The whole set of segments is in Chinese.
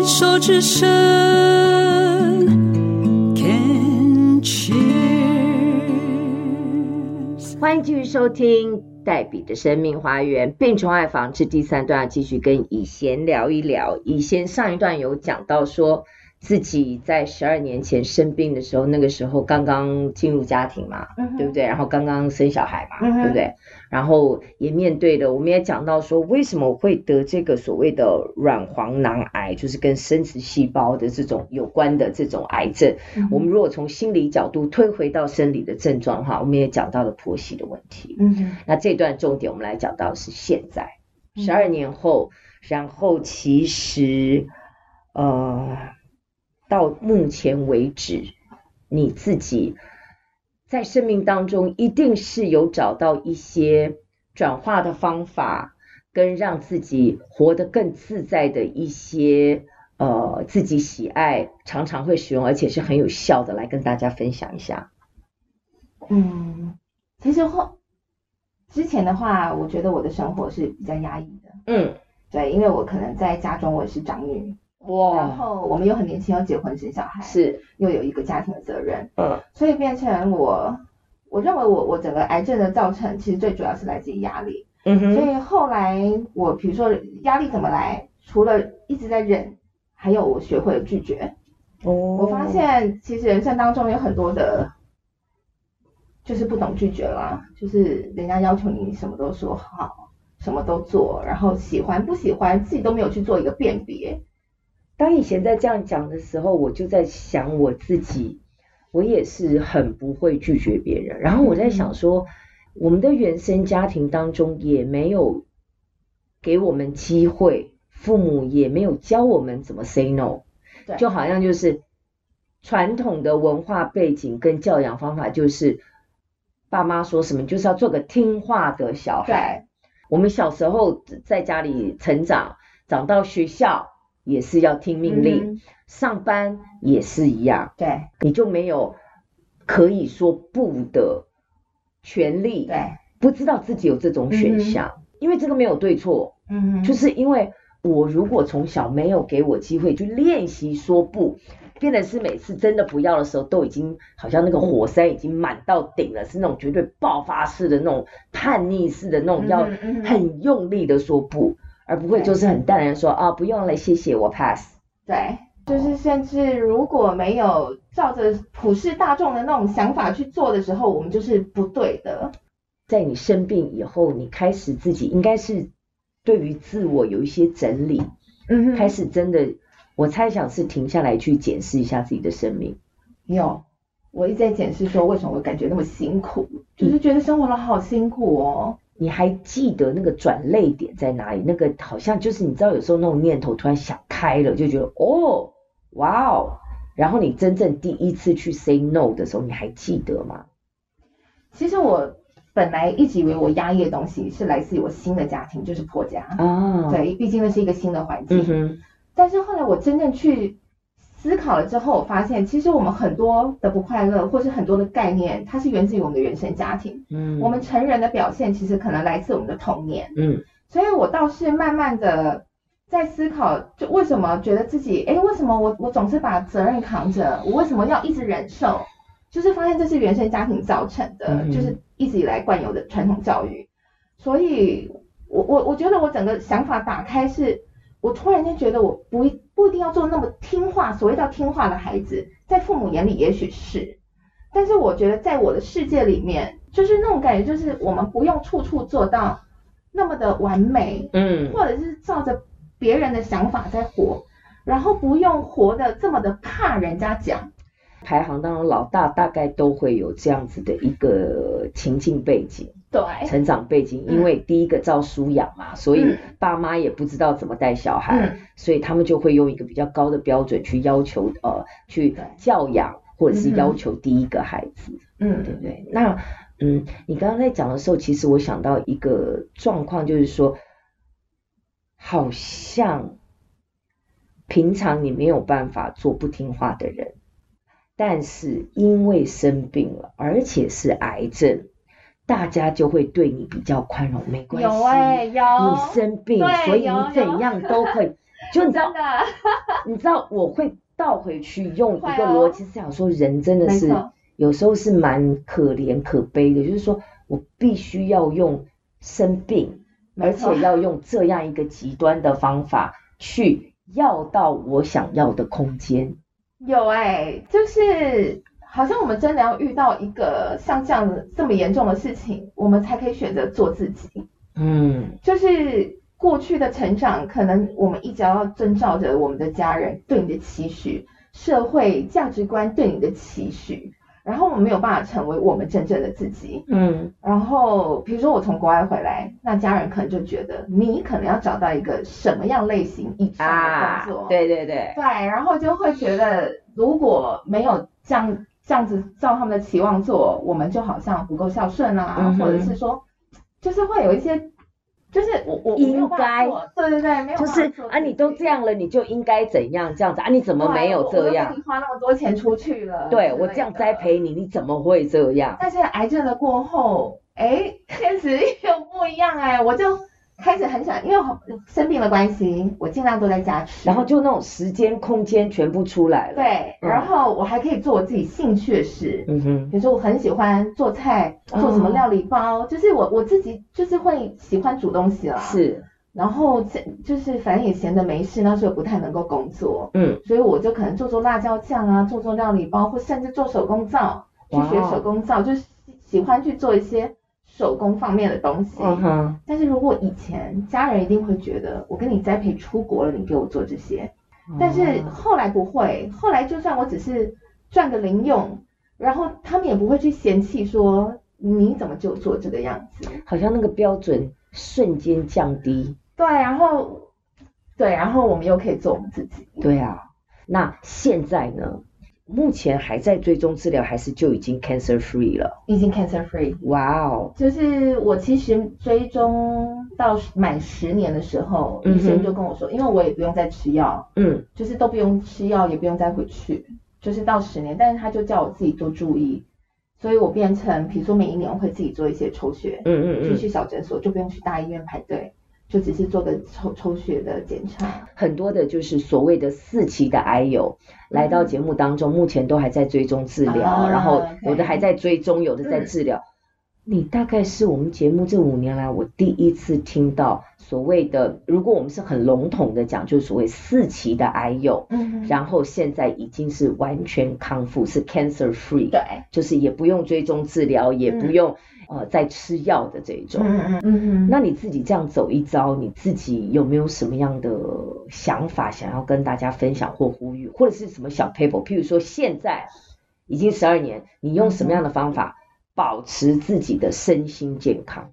手之声 Can Cheers。 欢迎继续收听黛比的生命花园病虫害防治第3段，继续跟以贤聊一聊。以贤上一段有讲到说自己在12年前生病的时候，那个时候刚刚进入家庭嘛，对不对？然后刚刚生小孩嘛，对不对？然后也面对了，我们也讲到说为什么会得这个所谓的软黄囊癌，就是跟生殖细胞的这种有关的这种癌症。我们如果从心理角度推回到生理的症状哈，我们也讲到了婆媳的问题。那这段重点我们来讲到的是现在12年后，然后其实到目前为止，你自己在生命当中一定是有找到一些转化的方法，跟让自己活得更自在的一些自己喜爱常常会使用而且是很有效的，来跟大家分享一下。 其实之前的话，我觉得我的生活是比较压抑的。对，因为我可能在家中我也是长女。然后我们又很年轻，要结婚生小孩， 是又有一个家庭的责任，所以变成我认为我整个癌症的造成，其实最主要是来自于压力。所以后来我比如说压力怎么来，除了一直在忍，还有我学会了拒绝。我发现其实人生当中有很多的，就是不懂拒绝啦，就是人家要求你什么都说好，什么都做，然后喜欢不喜欢自己都没有去做一个辨别。 当以前在这样讲的时候，我就在想我自己，我也是很不会拒绝别人。然后我在想说，我们的原生家庭当中也没有给我们机会，父母也没有教我们怎么 say no， 就好像就是传统的文化背景跟教养方法，就是爸妈说什么就是要做个听话的小孩。我们小时候在家里成长，长到学校也是要听命令，上班也是一样， 对， 你就没有可以说不的权利， 对， 不知道自己有这种选项，因为这个没有对错，就是因为我如果从小没有给我机会去练习说不，变得是每次真的不要的时候，都已经好像那个火山已经满到顶了，是那种绝对爆发式的那种叛逆式的那种，要很用力的说不。而不会就是很淡然的说啊，不用了，谢谢，我 pass。 对，就是甚至如果没有照着普世大众的那种想法去做的时候，我们就是不对的。 在你生病以后，你开始自己应该是对于自我有一些整理，开始真的，我猜想是停下来去检视一下自己的生命。 有，我一直在检视说为什么我感觉那么辛苦，就是觉得生活了好辛苦哦。 你还记得那个转捩点在哪里？那个好像就是你知道有时候那种念头突然想开了，就觉得哦，哇哦，然后你真正第一次去 say no 的时候，你还记得吗？ 其实我本来一直以为我压抑的东西是来自于我新的家庭，就是婆家。对，毕竟那是一个新的环境。但是后来我真正去思考了之后，我发现其实我们很多的不快乐，或是很多的概念，它是源自于我们的原生家庭。我们成人的表现其实可能来自我们的童年。所以我倒是慢慢的在思考，就为什么觉得自己，为什么我总是把责任扛着，我为什么要一直忍受？就是发现这是原生家庭造成的，就是一直以来惯有的传统教育。所以我觉得我整个想法打开是，我突然间觉得我不一定要做那么听话，所谓叫听话的孩子，在父母眼里也许是，但是我觉得在我的世界里面，就是那种感觉，就是我们不用处处做到那么的完美，或者是照着别人的想法在活，然后不用活得这么的怕人家讲。 排行当中老大大概都会有这样子的一个情境背景， 对， 成长背景，因为第一个照书养嘛，所以爸妈也不知道怎么带小孩，所以他们就会用一个比较高的标准去要求去教养或者是要求第一个孩子，对不对？那你刚刚在讲的时候，其实我想到一个状况，就是说好像平常你没有办法做不听话的人，但是因为生病了，而且是癌症，大家就会对你比较宽容，没关系， 有你生病，所以你怎样都可以。 就你知道，你知道我会倒回去用一个逻辑思考说，人真的是有时候是蛮可怜可悲的，就是说我必须要用生病，而且要用这样一个极端的方法去要到我想要的空间。 有就是好像我们真的要遇到一个像这样子这么严重的事情，我们才可以选择做自己。就是过去的成长，可能我们一直要遵照着我们的家人对你的期许，社会价值观对你的期许，然后我们没有办法成为我们真正的自己。然后比如说我从国外回来，那家人可能就觉得你可能要找到一个什么样类型以上的工作。 对， 然后就会觉得如果没有这样子照他们的期望做，我们就好像不够孝顺啊，或者是说就是会有一些就是我应该对，没有就是你都这样了，你就应该怎样这样子你怎么没有这样？ 我给你花那么多钱出去了， 对，我这样栽培你，你怎么会这样？ 但是癌症的过后，现实又不一样我就开始很想，因为生病的关系，我尽量都在家吃， 然后就那种时间空间全部出来了。 对，然后我还可以做我自己兴趣的事，比如说我很喜欢做菜，做什么料理包，就是我自己就是会喜欢煮东西啦。 是， 然后就是反正也闲得没事，那时候不太能够工作，所以我就可能做辣椒酱啊，做料理包，或甚至做手工皂，去学手工皂，就是喜欢去做一些手工方面的东西。但是如果以前家人一定会觉得我跟你栽培出国了，你给我做这些，但是后来不会，后来就算我只是赚个零用，然后他们也不会去嫌弃说你怎么就做这个样子， 好像那个标准瞬间降低。 对，然后我们又可以做我们自己。 对啊，那现在呢？目前还在追踪治疗，还是就已经 cancer free 了？ 已经 cancer free。 哇哦！ 就是我其实追踪到满10年的时候，医生就跟我说，因为我也不用再吃药，就是都不用吃药，也不用再回去，就是到10年，但是他就叫我自己多注意，所以我变成，比如说每一年我会自己做一些抽血，就去小诊所，就不用去大医院排队。就只是做个抽血的检查。 很多的就是所谓的4期的癌友来到节目当中，目前都还在追踪治疗，然后有的还在追踪，有的在治疗。你大概是我们节目这5年来我第一次听到所谓的，如果我们是很笼统的讲，就是所谓4期的癌友，然后现在已经是完全康复，是 cancer free， 对， 就是也不用追踪治疗，也不用在吃药的这种。那你自己这样走一遭，你自己有没有什么样的想法想要跟大家分享或呼吁，或者是什么小 paper？ 譬如说现在已经12年，你用什么样的方法保持自己的身心健康？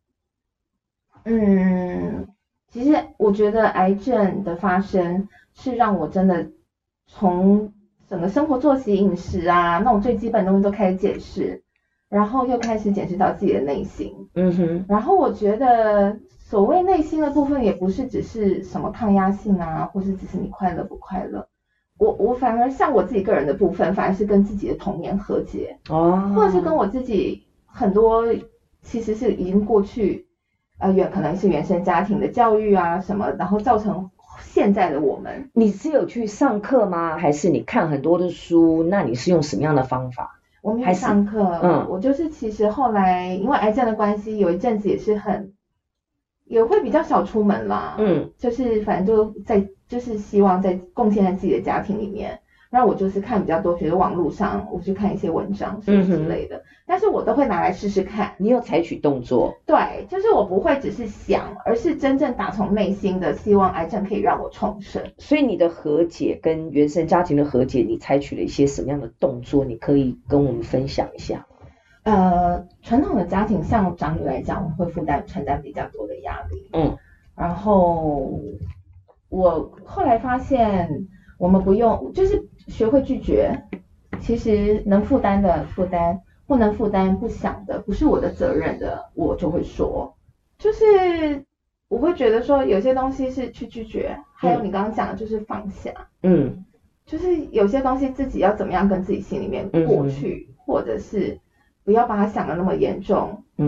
其实我觉得癌症的发生是让我真的从整个生活作息、饮食啊那种最基本的东西都开始检视，然后又开始检视到自己的内心。然后我觉得所谓内心的部分也不是只是什么抗压性啊，或是只是你快乐不快乐。我反而像我自己个人的部分，反而是跟自己的童年和解，或者是跟我自己很多其实是已经过去可能是原生家庭的教育啊什么，然后造成现在的我们。 你是有去上课吗？还是你看很多的书？那你是用什么样的方法？ 我没有上课，我就是其实后来因为癌症的关系，有一阵子也是也会比较少出门啦，就是反正就是希望在贡献在自己的家庭里面。那我就是看比较多，比如网络上我去看一些文章什么之类的，但是我都会拿来试试看。 你有采取动作？ 对，就是我不会只是想，而是真正打从内心的希望癌症可以让我重生。 所以你的和解跟原生家庭的和解，你采取了一些什么样的动作？你可以跟我们分享一下。 传统的家庭像长女来讲，会承担比较多的压力。然后我后来发现，我们不用，就是学会拒绝。其实能负担的负担，不能负担不想的，不是我的责任的，我就会说。就是我会觉得说，有些东西是去拒绝，还有你刚刚讲的就是放下。就是有些东西自己要怎么样跟自己心里面过去，或者是不要把它想得那么严重。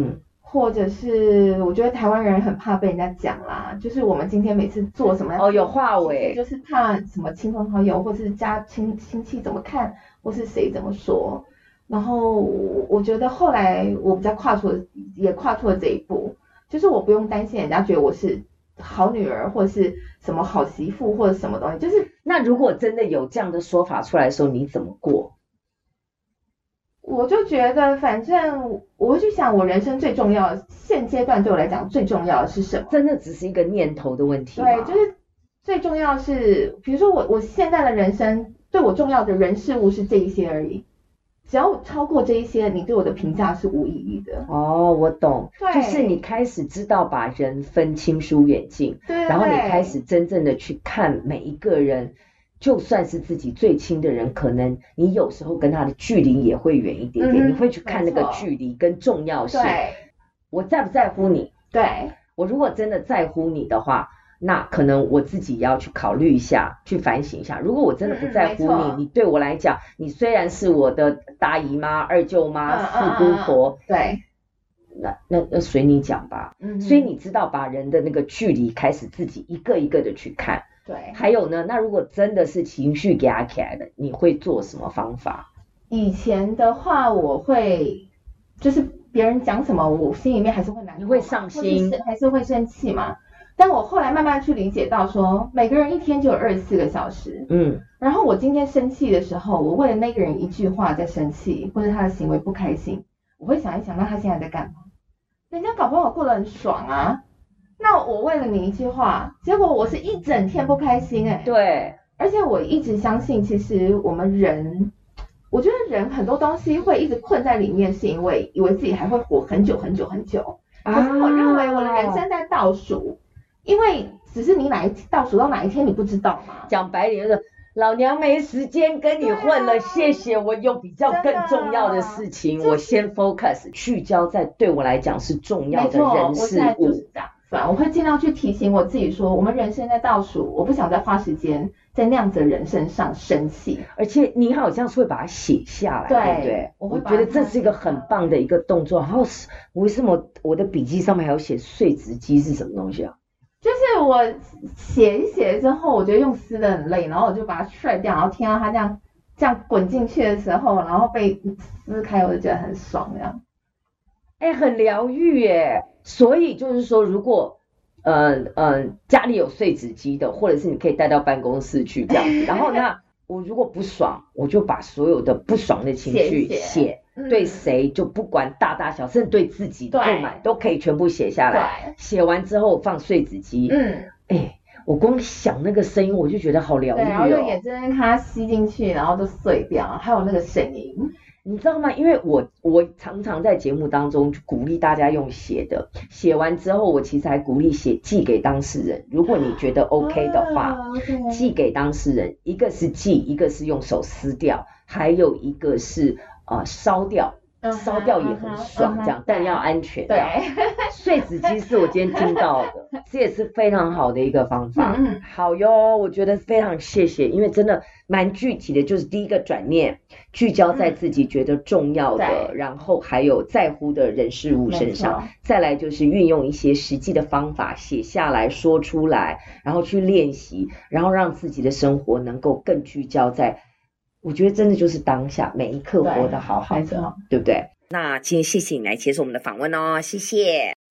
或者是我觉得台湾人很怕被人家讲啦，就是我们今天每次做什么有话尾， 就是怕什么亲朋好友或是家亲戚怎么看，或是谁怎么说。然后我觉得后来我比较跨出了这一步，就是我不用担心人家觉得我是好女儿或是什么好媳妇或者什么东西。就是那如果真的有这样的说法出来的时候，你怎么过？ 我就觉得反正我会去想，我人生最重要的现阶段对我来讲最重要的是什么？ 真的只是一个念头的问题吗？ 对，就是最重要是，比如说我现在的人生对我重要的人事物是这一些而已。只要超过这一些，你对我的评价是无意义的。 我懂，就是你开始知道把人分亲疏远近， 对， 然后你开始真正的去看每一个人，就算是自己最亲的人，可能你有时候跟他的距离也会远一点点，你会去看那个距离跟重要性。 对， 我在不在乎你？ 对， 我如果真的在乎你的话，那可能我自己也要去考虑一下，去反省一下。如果我真的不在乎你，你对我来讲，你虽然是我的大姨妈、二舅妈、四姑婆， 对， 那随你讲吧。所以你知道把人的那个距离开始自己一个一个的去看。 对， 还有呢，那如果真的是情绪给他起来的，你会做什么方法？ 以前的话，我会就是别人讲什么，我心里面还是会难过， 你会上心， 还是会生气嘛。但我后来慢慢去理解到说，每个人一天就有24个小时，然后我今天生气的时候，我为了那个人一句话在生气，或者他的行为不开心，我会想一想，那他现在在干嘛？人家搞不好过得很爽啊，那我为了你一句话，结果我是一整天不开心对， 而且我一直相信，其实我们人，我觉得人很多东西会一直困在里面，是因为以为自己还会活很久很久很久。可是我认为我的人生在倒数。因为只是你倒数到哪一天你不知道嘛。 讲白点就是老娘没时间跟你混了，谢谢，我有比较更重要的事情，我先 focus 聚焦在对我来讲是重要的人事物。 就是这样子我会尽量去提醒我自己说，我们人生在倒数，我不想再花时间在那样子的人身上生气。 而且你好像是会把它写下来，对不对？我觉得这是一个很棒的一个动作。然后为什么我的笔记上面还有写碎纸机是什么东西啊？ 就是我写一写之后，我觉得用撕的很累，然后我就把它甩掉，然后听到它这样滚进去的时候，然后被撕开，我就觉得很爽，这样。 很疗愈耶。所以就是说，如果家里有碎纸机的，或者是你可以带到办公室去这样子，然后呢，我如果不爽，我就把所有的不爽的情绪写。对谁就不管大大小，甚至对自己的不满都可以全部写下来。写完之后放碎纸机。我光想那个声音我就觉得好疗愈然后用眼睁睁看它吸进去，然后就碎掉，还有那个声音。 你知道吗？因为我常常在节目当中鼓励大家用写的，写完之后我其实还鼓励寄给当事人。如果你觉得 OK 的话，寄给当事人，一个是寄，一个是用手撕掉，还有一个是烧掉。烧掉也很爽，这样，但要安全。 对， 碎纸机是我今天听到的，这也是非常好的一个方法。好哟，我觉得非常谢谢，因为真的蛮具体的，就是第一个转念，聚焦在自己觉得重要的，然后还有在乎的人事物身上，再来就是运用一些实际的方法写下来说出来，然后去练习，然后让自己的生活能够更聚焦在。我觉得真的就是当下每一刻活得好好的， 对不对？那今天谢谢你来接受我们的访问哦，谢谢。